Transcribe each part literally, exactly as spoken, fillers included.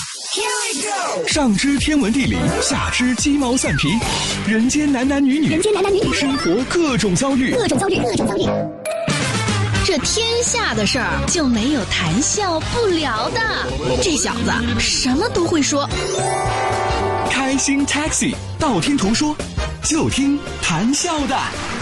上知天文地理，下知鸡毛蒜皮，人间男男女女， 人间男男女女， 生活各种焦虑， 各种焦虑，各种焦虑。 这天下的事儿就没有谈笑不聊的。这小子什么都会说。 开心 Taxi， 道听途说，就听谈笑的。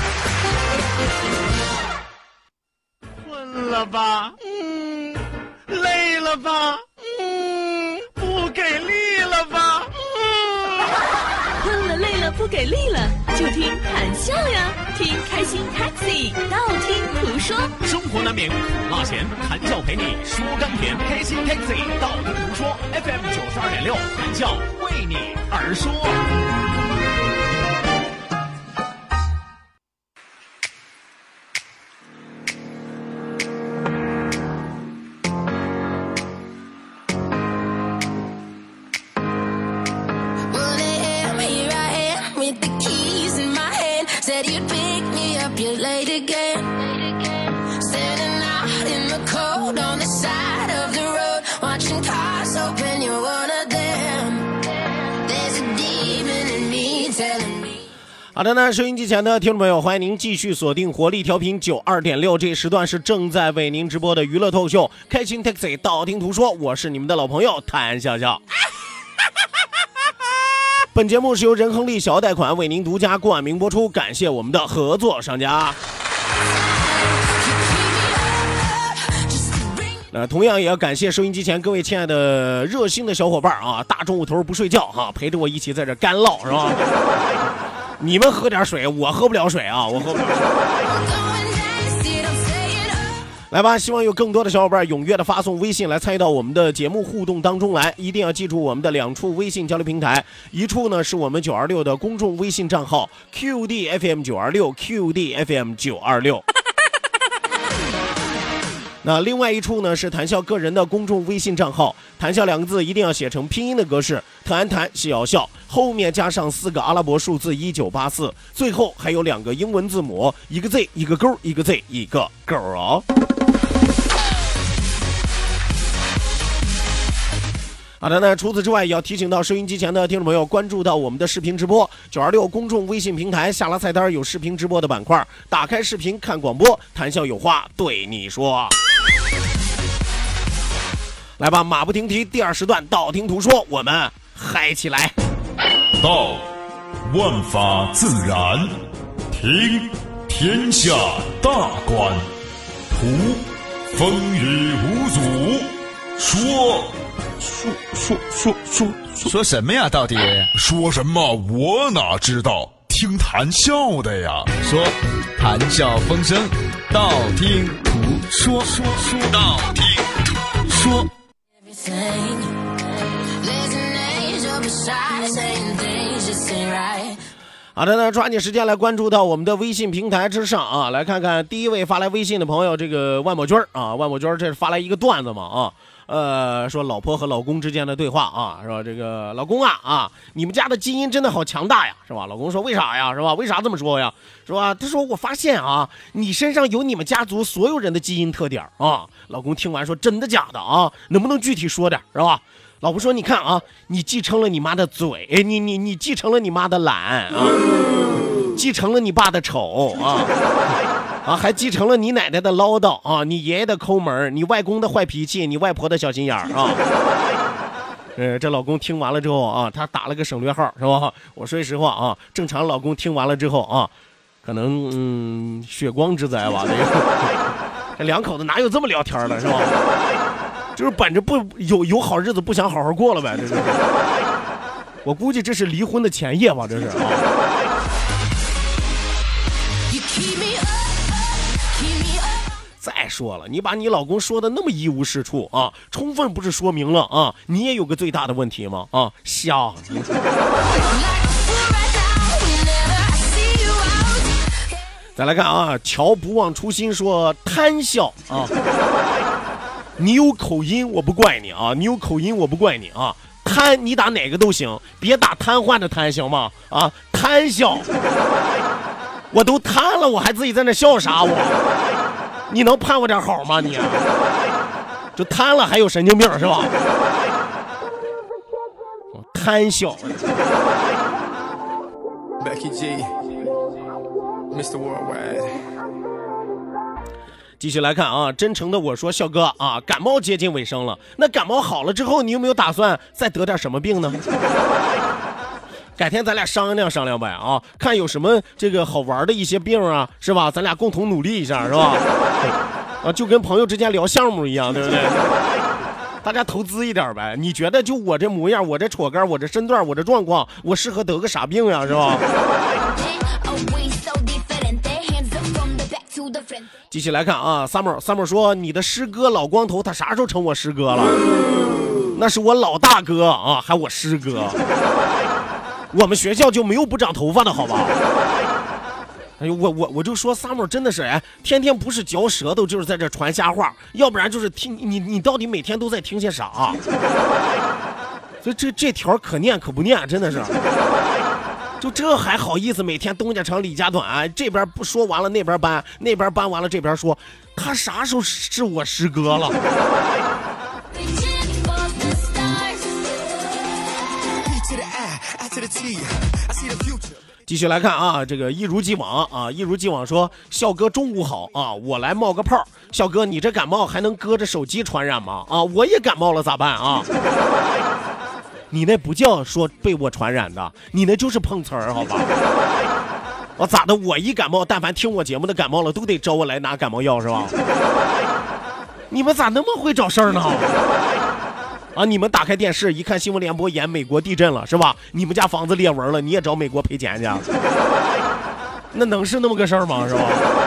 困了吧？嗯。累了吧？嗯。不给力了吧？嗯。 困了累了不给力了，就听谈笑呀，听开心 Taxi， 道听途说。 生活难免苦辣咸，谈笑陪你说甘甜。开心 Taxi， 道听途说 ，F M 九十二点六，谈笑为你而说。好的呢，收音机前的听众朋友，欢迎您继续锁定活力调频九二点六，这时段是正在为您直播的娱乐脱口秀开心 Taxi， 道听途说，我是你们的老朋友谭笑笑。本节目是由仁亨利小额贷款为您独家冠名播出，感谢我们的合作商家。那同样也要感谢收音机前各位亲爱的热心的小伙伴啊，大中午头不睡觉哈、啊，陪着我一起在这干唠是吧？你们喝点水，我喝不了水啊，我喝不了水。来吧，希望有更多的小伙伴踊跃的发送微信来参与到我们的节目互动当中来，一定要记住我们的两处微信交流平台，一处呢是我们九二六的公众微信账号 Q D F M 九二六 Q D F M 九二六。那另外一处呢是谈笑个人的公众微信账号，谈笑两个字一定要写成拼音的格式，谈谈笑笑，后面加上四个阿拉伯数字一九八四，最后还有两个英文字母，一个 Z 一个勾，一个 Z 一个勾哦。好的，那除此之外也要提醒到收音机前的听众朋友，关注到我们的视频直播九二六公众微信平台，下拉菜单有视频直播的板块，打开视频看广播，谈笑有话对你说。来吧，马不停蹄，第二时段道听途说，我们嗨起来。 道，万法自然；听，天下大观；图，风雨无阻；说。 说说说说说什么呀？到底说什么？我哪知道？听谈笑的呀。 说谈笑风生，道听途说，说说道听途说。 好的呢，抓紧时间来关注到我们的微信平台之上啊，来看看第一位发来微信的朋友，这个万宝军啊，万宝军这是发来一个段子嘛啊。呃，说老婆和老公之间的对话啊，是吧？这个老公啊啊，你们家的基因真的好强大呀，是吧？老公说为啥呀，是吧？为啥这么说呀，是吧？他说我发现啊，你身上有你们家族所有人的基因特点啊。老公听完说真的假的啊？能不能具体说点，是吧？老婆说你看啊，你继承了你妈的嘴，你你你继承了你妈的懒啊，继承了你爸的丑啊。啊，还继承了你奶奶的唠叨啊，你爷爷的抠门，你外公的坏脾气，你外婆的小心眼儿啊。呃，这老公听完了之后啊，他打了个省略号，是吧？我说实话啊，正常老公听完了之后啊，可能嗯血光之灾吧。这个这两口子哪有这么聊天的，是吧？就是本着不有有好日子不想好好过了呗，这是。我估计这是离婚的前夜吧，这是啊。再说了，你把你老公说的那么一无是处啊，充分不是说明了啊，你也有个最大的问题吗？啊，瞎！再来看啊，乔不忘初心说贪笑啊，你有口音我不怪你啊，你有口音我不怪你啊，贪你打哪个都行，别打瘫痪的瘫行吗？啊，贪笑，我都瘫了，我还自己在那笑啥我？你能盼我点好吗你？就瘫了还有神经病是吧？ 贪小。 Becky G，Mister Worldwide。 继续来看啊，真诚的我说，笑哥啊，感冒接近尾声了，那感冒好了之后，你有没有打算再得点什么病呢？改天咱俩商量商量呗啊，看有什么这个好玩的一些病啊，是吧？咱俩共同努力一下，是吧？啊，就跟朋友之间聊项目一样，对不对？大家投资一点呗。你觉得就我这模样，我这戳杆，我这身段，我这状况，我适合得个啥病呀，是吧？继续来看啊 ，Summer Summer 说，你的师哥老光头，他啥时候成我师哥了？那是我老大哥啊，还我师哥。我们学校就没有不长头发的好吧？哎呦，我我我就说 Summer 真的是哎，天天不是嚼舌头就是在这传瞎话，要不然就是听你你到底每天都在听些啥、啊？所以这这条可念可不念，真的是。就这还好意思每天东家长李家短，这边不说完了那边搬，那边搬完了这边说，他啥时候是我师哥了？继续来看啊，这个一如既往啊，一如既往说，笑哥中午好啊，我来冒个泡。笑哥，你这感冒还能搁着手机传染吗？啊，我也感冒了咋办啊？你那不叫说被我传染的，你那就是碰瓷儿，好吧？我、啊、咋的？我一感冒，但凡听我节目的感冒了，都得找我来拿感冒药是吧？你们咋那么会找事儿呢？啊！你们打开电视一看新闻联播演美国地震了是吧？你们家房子裂纹了，你也找美国赔钱去？那能是那么个事儿吗？是吧？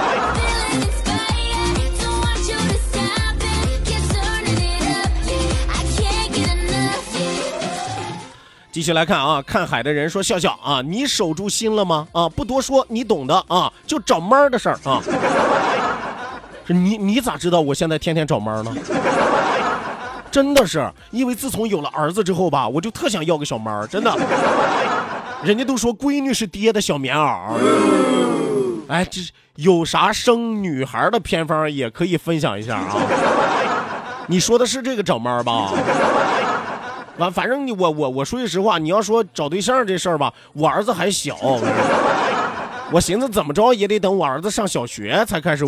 继续来看啊，看海的人说，笑笑啊，你守住心了吗？啊，不多说，你懂的啊，就找妹儿的事儿啊。你你咋知道我现在天天找妹儿呢？真的是，因为自从有了儿子之后吧，我就特想要个小妹儿，真的。人家都说闺女是爹的小棉袄，哎，这有啥生女孩的偏方也可以分享一下啊。你说的是这个找妹儿吧？完，反正你我我我说句实话，你要说找对象这事儿吧，我儿子还小，我寻思怎么着也得等我儿子上小学才开始。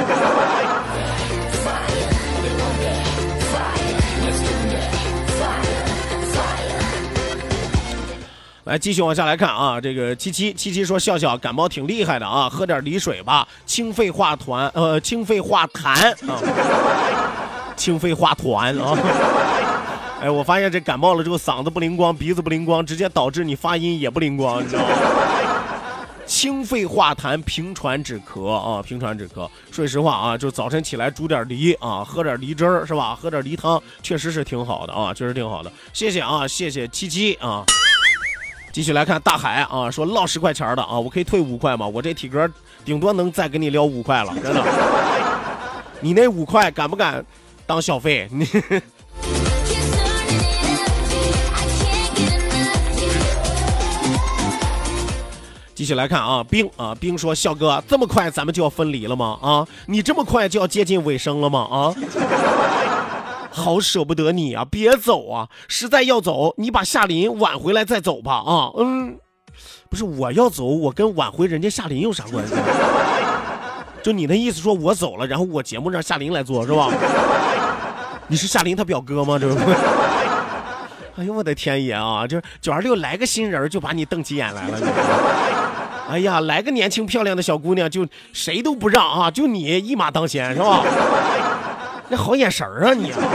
来继续往下来看啊，这个七七七七说，笑笑感冒挺厉害的啊，喝点梨水吧，清肺化痰，呃，清肺化痰啊，清肺化痰啊。哎，我发现这感冒了之后，嗓子不灵光，鼻子不灵光，直接导致你发音也不灵光，你知道吗？清肺化痰，平喘止咳啊，平喘止咳。说实话啊，就早晨起来煮点梨啊，喝点梨汁儿是吧？喝点梨汤，确实是挺好的啊，确实挺好的。谢谢啊，谢谢七七啊。继续来看大海啊，说落十块钱的啊，我可以退五块吗？我这体格顶多能再给你撩五块了，真的。你那五块敢不敢当小费？你。继续来看啊，冰啊，冰说，笑哥，这么快咱们就要分离了吗？啊，你这么快就要接近尾声了吗？啊，好舍不得你啊，别走啊！实在要走，你把夏琳挽回来再走吧。啊，嗯，不是我要走，我跟挽回人家夏琳有啥关系？就你的意思说我走了，然后我节目让夏琳来做是吧？你是夏琳他表哥吗？这不？哎呦我的天爷啊！这九二六来个新人就把你瞪起眼来了。哎呀，来个年轻漂亮的小姑娘就谁都不让啊，就你一马当先是吧？那好眼神啊你啊！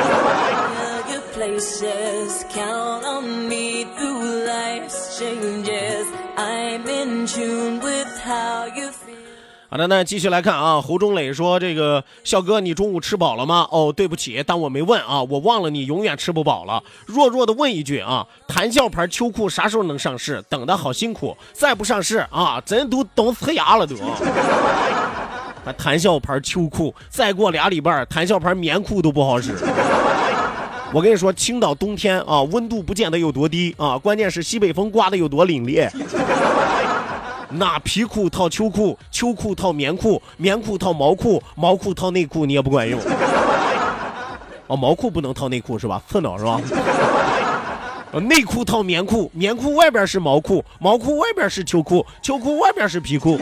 好的，那继续来看啊。胡忠磊说，这个笑哥你中午吃饱了吗？哦，对不起，但我没问啊，我忘了你永远吃不饱了。弱弱的问一句啊，谈笑牌秋裤啥时候能上市？等的好辛苦，再不上市啊，真都等呲牙了都。啊，谈笑牌秋裤再过俩礼拜谈笑牌棉裤都不好使。我跟你说，青岛冬天啊，温度不见得有多低啊，关键是西北风刮得有多凛冽。那皮裤套秋裤，秋裤套棉裤，棉裤套毛裤，毛裤套内裤你也不管用。哦，毛裤不能套内裤是吧？刺挠是吧？ 内裤套棉裤，棉裤外边是毛裤，毛裤外边是秋裤，秋裤外边是皮裤。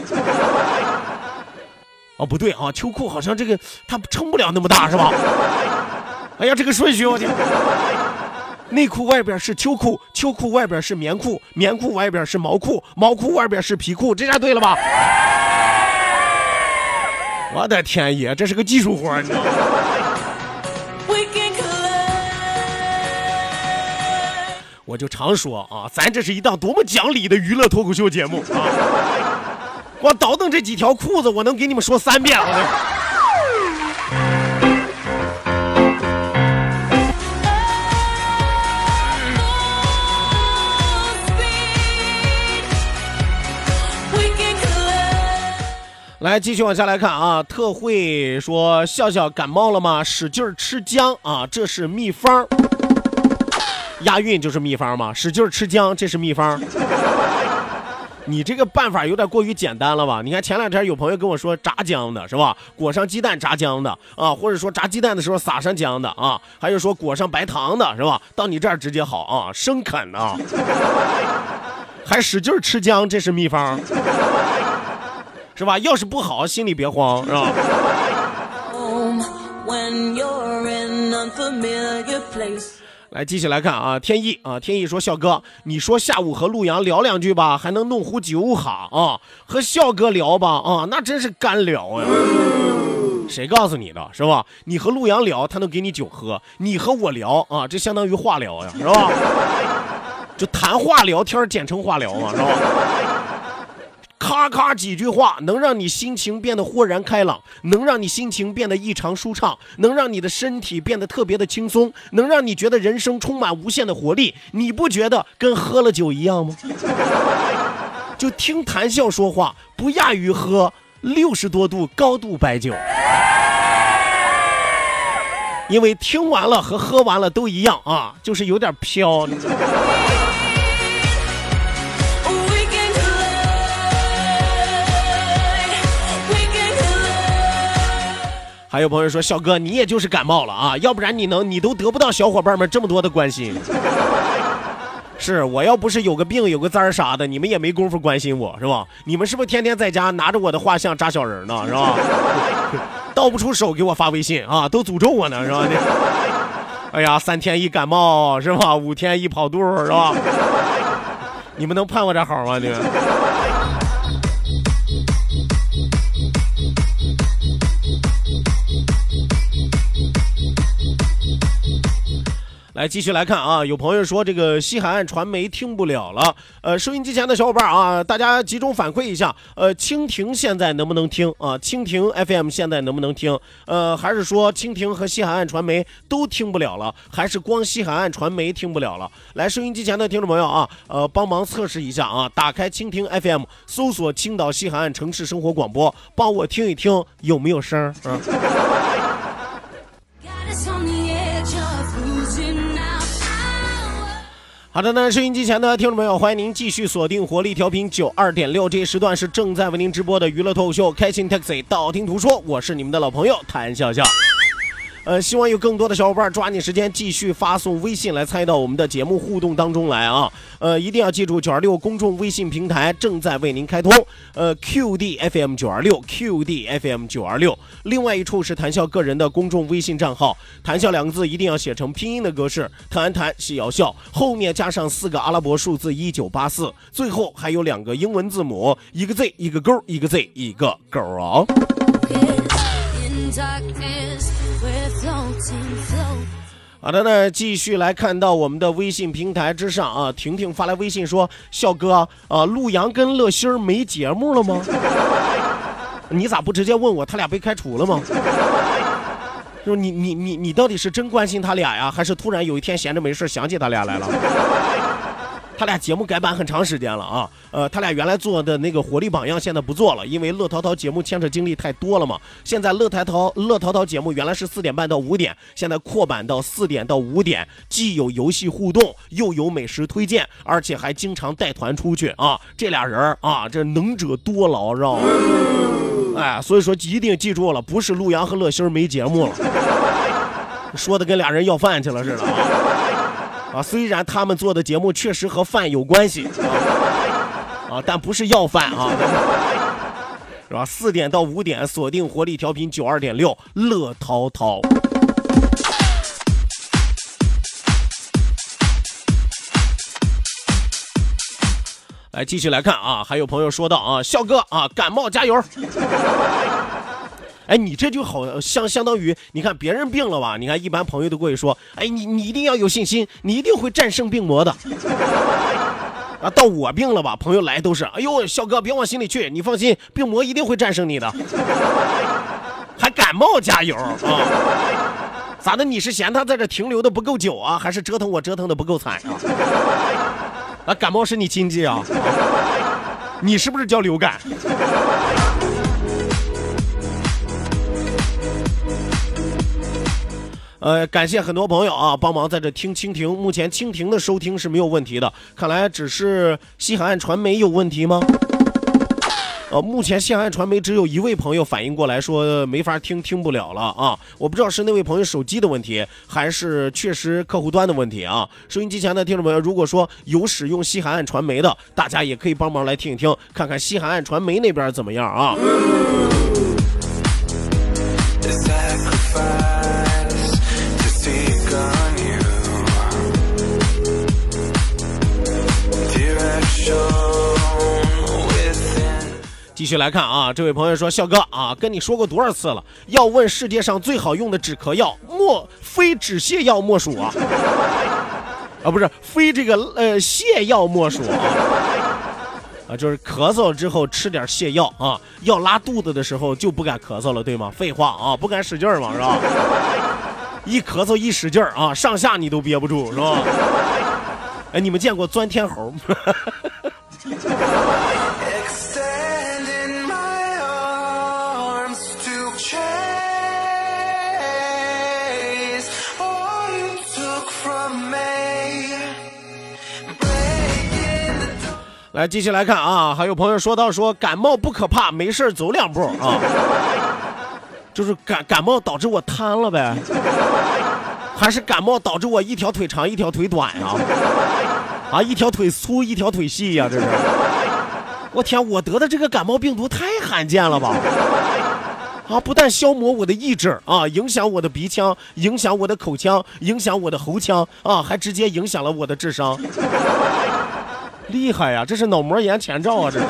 哦，不对啊，秋裤好像这个它撑不了那么大，是吧？哎呀，这个顺序我天！内裤外边是秋裤，秋裤外边是棉裤，棉裤外边是毛裤，毛裤外边是皮裤，这下对了吧？我的天爷，这是个技术活，你知道吗？我就常说啊，咱这是一档多么讲理的娱乐脱口秀节目啊！我倒腾这几条裤子，我能给你们说三遍了。来，继续往下来看啊，特惠说笑笑感冒了吗？使劲吃姜啊，这是秘方。押韵就是秘方嘛，使劲吃姜，这是秘方。你这个办法有点过于简单了吧？你看前两天有朋友跟我说炸姜的是吧，裹上鸡蛋炸姜的啊，或者说炸鸡蛋的时候撒上姜的啊，还有说裹上白糖的是吧？到你这儿直接好啊，生啃啊，还使劲吃姜，这是秘方，是吧？要是不好，心里别慌，是吧？来继续来看啊，天意啊，天意说笑哥，你说下午和陆阳聊两句吧，还能弄壶酒哈啊，和笑哥聊吧啊，那真是干聊呀。谁告诉你的是吧？你和陆阳聊，他能给你酒喝；你和我聊啊，这相当于话聊呀，是吧？就谈话聊天，简称话聊嘛，是吧？咔咔几句话能让你心情变得豁然开朗，能让你心情变得异常舒畅，能让你的身体变得特别的轻松，能让你觉得人生充满无限的活力，你不觉得跟喝了酒一样吗？就听谈笑说话不亚于喝六十多度高度白酒，因为听完了和喝完了都一样啊，就是有点飘。还有朋友说，小哥你也就是感冒了啊，要不然你能你都得不到小伙伴们这么多的关心。是，我要不是有个病有个灾儿啥的，你们也没工夫关心我，是吧？你们是不是天天在家拿着我的画像扎小人呢，是吧？倒不出手给我发微信啊，都诅咒我呢，是吧？哎呀，三天一感冒是吧？五天一跑肚是吧？你们能盼我这好吗？你们？来继续来看啊，有朋友说这个西海岸传媒听不了了，呃，收音机前的小伙伴啊，大家集中反馈一下，呃，蜻蜓现在能不能听啊？蜻蜓 F M 现在能不能听？呃，还是说蜻蜓和西海岸传媒都听不了了，还是光西海岸传媒听不了了？来，收音机前的听众朋友啊，呃，帮忙测试一下啊，打开蜻蜓 F M， 搜索青岛西海岸城市生活广播，帮我听一听有没有声儿啊？好的呢，收音机前的听众朋友，欢迎您继续锁定活力调频九二点六，这一时段是正在为您直播的娱乐脱口秀开心 Taxi 道听途说，我是你们的老朋友谭笑笑。呃，希望有更多的小伙伴抓紧时间继续发送微信来参与到我们的节目互动当中来啊！呃，一定要记住九二六公众微信平台正在为您开通，呃 Q D F M 九二六 Q D F M 九二六，另外一处是谈笑个人的公众微信账号，谈笑两个字一定要写成拼音的格式，谈谈是要笑，后面加上四个阿拉伯数字一九八四，最后还有两个英文字母，一个 Z 一个勾，一个 Z 一个勾啊。好的呢，继续来看到我们的微信平台之上啊，婷婷发来微信说，笑哥啊，陆阳跟乐心儿没节目了吗？你咋不直接问我他俩被开除了吗？说你你你你到底是真关心他俩呀，还是突然有一天闲着没事想起他俩来了？他俩节目改版很长时间了啊，呃，他俩原来做的那个活力榜样现在不做了，因为乐淘淘节目牵扯精力太多了嘛。现在乐淘淘乐淘淘节目原来是四点半到五点，现在扩版到四点到五点，既有游戏互动，又有美食推荐，而且还经常带团出去啊。这俩人啊，这能者多劳，知道吗？哎，所以说一定记住了，不是陆阳和乐心没节目了，说的跟俩人要饭去了似的啊。 啊，虽然他们做的节目确实和饭有关系啊，啊，但不是要饭啊，是吧？四点到五点锁定活力调频九二点六，乐滔滔。来继续来看啊，还有朋友说到啊，笑哥啊，感冒加油。哎，你这就好相相当于，你看别人病了吧？你看一般朋友都过去说，哎，你你一定要有信心，你一定会战胜病魔的。啊，到我病了吧，朋友来都是，哎呦，笑哥别往心里去，你放心，病魔一定会战胜你的。还感冒加油啊？咋的？你是嫌他在这停留的不够久啊，还是折腾我折腾的不够惨啊？啊，感冒是你亲戚啊？你是不是叫流感？呃，感谢很多朋友啊，帮忙在这听蜻蜓。目前蜻蜓的收听是没有问题的，看来只是西海岸传媒有问题吗？呃，目前西海岸传媒只有一位朋友反映过来说没法听，听不了了啊！我不知道是那位朋友手机的问题，还是确实客户端的问题啊！收音机前的听众朋友，如果说有使用西海岸传媒的，大家也可以帮忙来听一听，看看西海岸传媒那边怎么样啊！继续来看啊，这位朋友说，笑哥啊，跟你说过多少次了，要问世界上最好用的止咳药，莫非止泻药莫属啊？啊，不是，非这个呃泻药莫属啊。啊，就是咳嗽之后吃点泻药啊，要拉肚子的时候就不敢咳嗽了，对吗？废话啊，不敢使劲儿嘛，是吧？一咳嗽一使劲儿啊，上下你都憋不住，是吧？哎，你们见过钻天猴吗？来继续来看啊，还有朋友说到说感冒不可怕，没事走两步啊，就是感感冒导致我瘫了呗，还是感冒导致我一条腿长一条腿短啊？啊，一条腿粗一条腿细呀、啊，这是！我天，我得的这个感冒病毒太罕见了吧！啊，不但消磨我的意志啊，影响我的鼻腔，影响我的口腔，影响我的喉腔啊，还直接影响了我的智商。厉害呀，这是脑膜炎前兆啊！这是。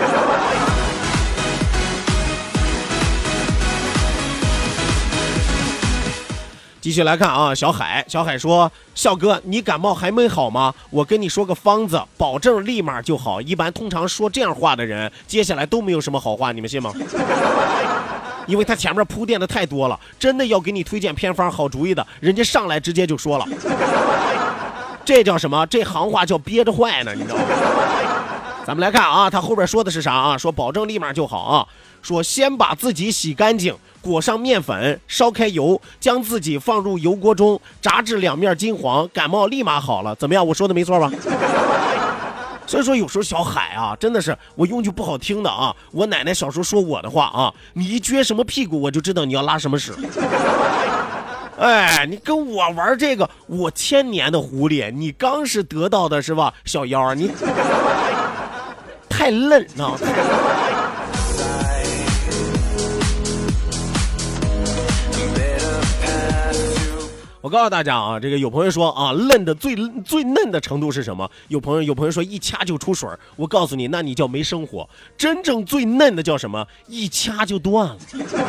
继续来看啊，小海，小海说，笑哥，你感冒还没好吗？我跟你说个方子，保证立马就好。一般通常说这样话的人，接下来都没有什么好话，你们信吗？因为他前面铺垫的太多了，真的要给你推荐偏方好主意的，人家上来直接就说了。这叫什么？这行话叫憋着坏呢，你知道吗？咱们来看啊，他后边说的是啥啊？说保证立马就好啊。说先把自己洗干净，裹上面粉，烧开油，将自己放入油锅中，炸至两面金黄，感冒立马好了。怎么样？我说的没错吧？所以说有时候小海啊，真的是我用句不好听的啊，我奶奶小时候说我的话啊，你一撅什么屁股，我就知道你要拉什么屎。哎，你跟我玩这个，我千年的狐狸，你刚是得到的是吧，小妖，你太嫩啊！太嫩我告诉大家啊，这个有朋友说啊，嫩的最最嫩的程度是什么？有朋友有朋友说一掐就出水，我告诉你，那你叫没生活。真正最嫩的叫什么？一掐就断了，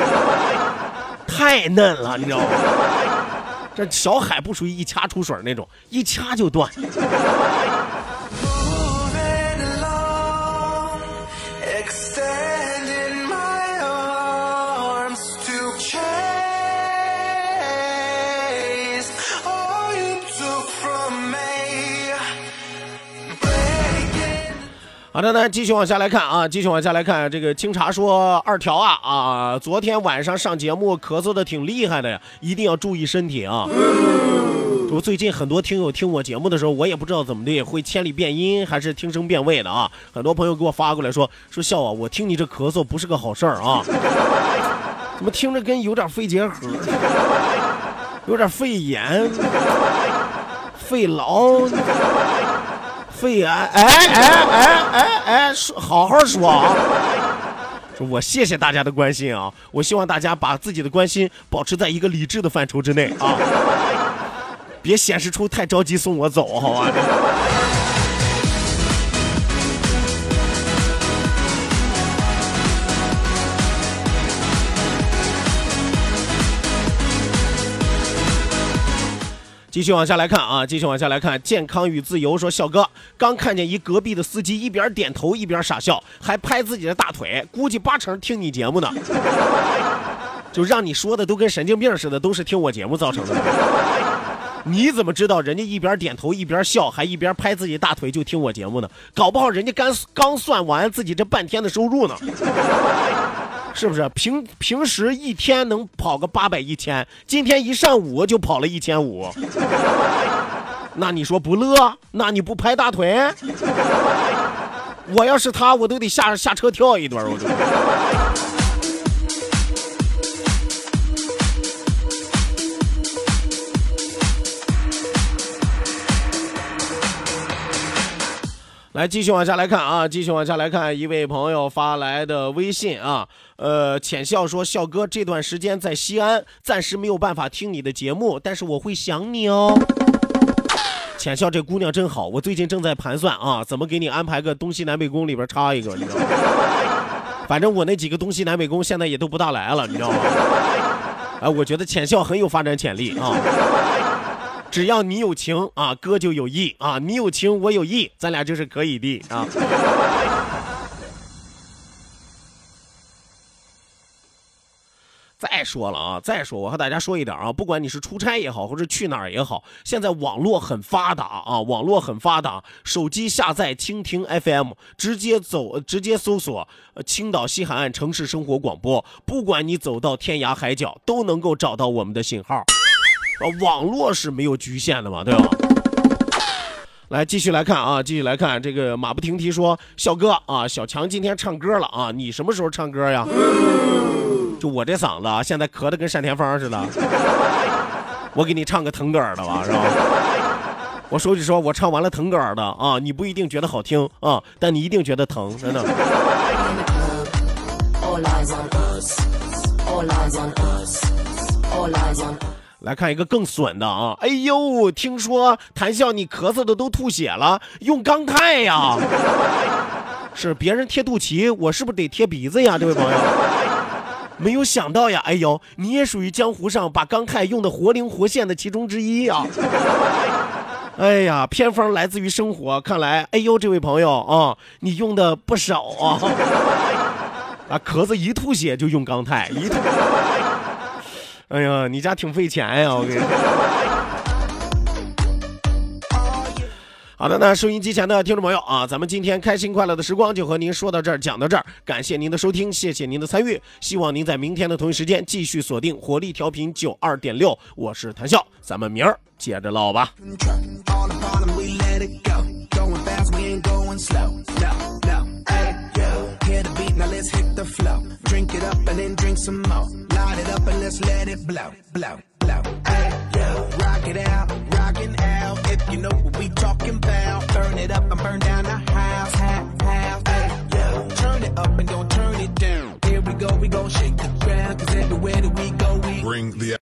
太嫩了，你知道吗？这小海不属于一掐出水那种，一掐就断。好的呢，继续往下来看啊，继续往下来看。这个清茶说，二条啊啊，昨天晚上上节目咳嗽的挺厉害的呀，一定要注意身体啊。我最近很多听友听我节目的时候，我也不知道怎么的，会千里变音还是听声辨位的啊。很多朋友给我发过来说说笑啊，我听你这咳嗽不是个好事儿啊，怎么听着跟有点肺结核，有点肺炎。 肺痨，肺癌，哎哎哎哎哎，好好说啊！我谢谢大家的关心啊！我希望大家把自己的关心保持在一个理智的范畴之内啊，别显示出太着急送我走，好吧？继续往下来看啊，继续往下来看，健康与自由说，笑哥刚看见一隔壁的司机一边点头一边傻笑，还拍自己的大腿，估计八成听你节目呢。就让你说的都跟神经病似的，都是听我节目造成的。你怎么知道人家一边点头一边笑，还一边拍自己大腿就听我节目呢？搞不好人家刚刚算完自己这半天的收入呢。是不是平平时一天能跑个八百一千，今天一上午就跑了一千五，那你说不乐？那你不拍大腿？我要是他，我都得下下车跳一段，我就。来继续往下来看啊，继续往下来看一位朋友发来的微信啊，呃，浅笑说，笑哥这段时间在西安，暂时没有办法听你的节目，但是我会想你哦。浅笑这姑娘真好，我最近正在盘算啊，怎么给你安排个东西南北宫里边插一个，你知道吗？反正我那几个东西南北宫现在也都不大来了，你知道吗？哎，我觉得浅笑很有发展潜力啊。只要你有情啊，哥就有意啊，你有情我有意，咱俩就是可以的啊。再说了啊，再说我和大家说一点啊，不管你是出差也好，或者去哪儿也好，现在网络很发达啊，网络很发达，手机下载蜻蜓 F M， 直接走，直接搜索呃青岛西海岸城市生活广播，不管你走到天涯海角，都能够找到我们的信号。网络是没有局限的嘛，对吧？来继续来看啊，继续来看这个马不停蹄说，笑哥啊，小强今天唱歌了啊，你什么时候唱歌呀？就我这嗓子啊，现在咳得跟单田芳似的，我给你唱个腾格尔的吧，是吧？我说句说，我唱完了腾格尔的啊，你不一定觉得好听啊，但你一定觉得疼，真的。来看一个更损的啊！哎呦，听说谈笑你咳嗽的都吐血了，用钢钛呀？是别人贴肚脐，我是不是得贴鼻子呀？这位朋友，没有想到呀！哎呦，你也属于江湖上把钢钛用的活灵活现的其中之一啊！哎呀，偏方来自于生活，看来哎呦，这位朋友啊，你用的不少啊！啊，咳嗽一吐血就用钢钛，一吐。哎呀，你家挺费钱呀，我跟你说。好的，那收音机前的听众朋友啊，咱们今天开心快乐的时光就和您说到这儿，讲到这儿，感谢您的收听，谢谢您的参与，希望您在明天的同一时间继续锁定活力调频九二点六，我是谭笑，咱们明儿接着唠吧。Hear the beat, now let's hit the flow. Drink it up and then drink some more. Light it up and let's let it blow, blow, blow. Hey, yo, rock it out, rockin' out. If you know what we talking about, burn it up and burn down the house, house, house. Hey, yo, turn it up and don't turn it down. Here we go, we gon' shake the ground, cause everywhere that we go, we bring the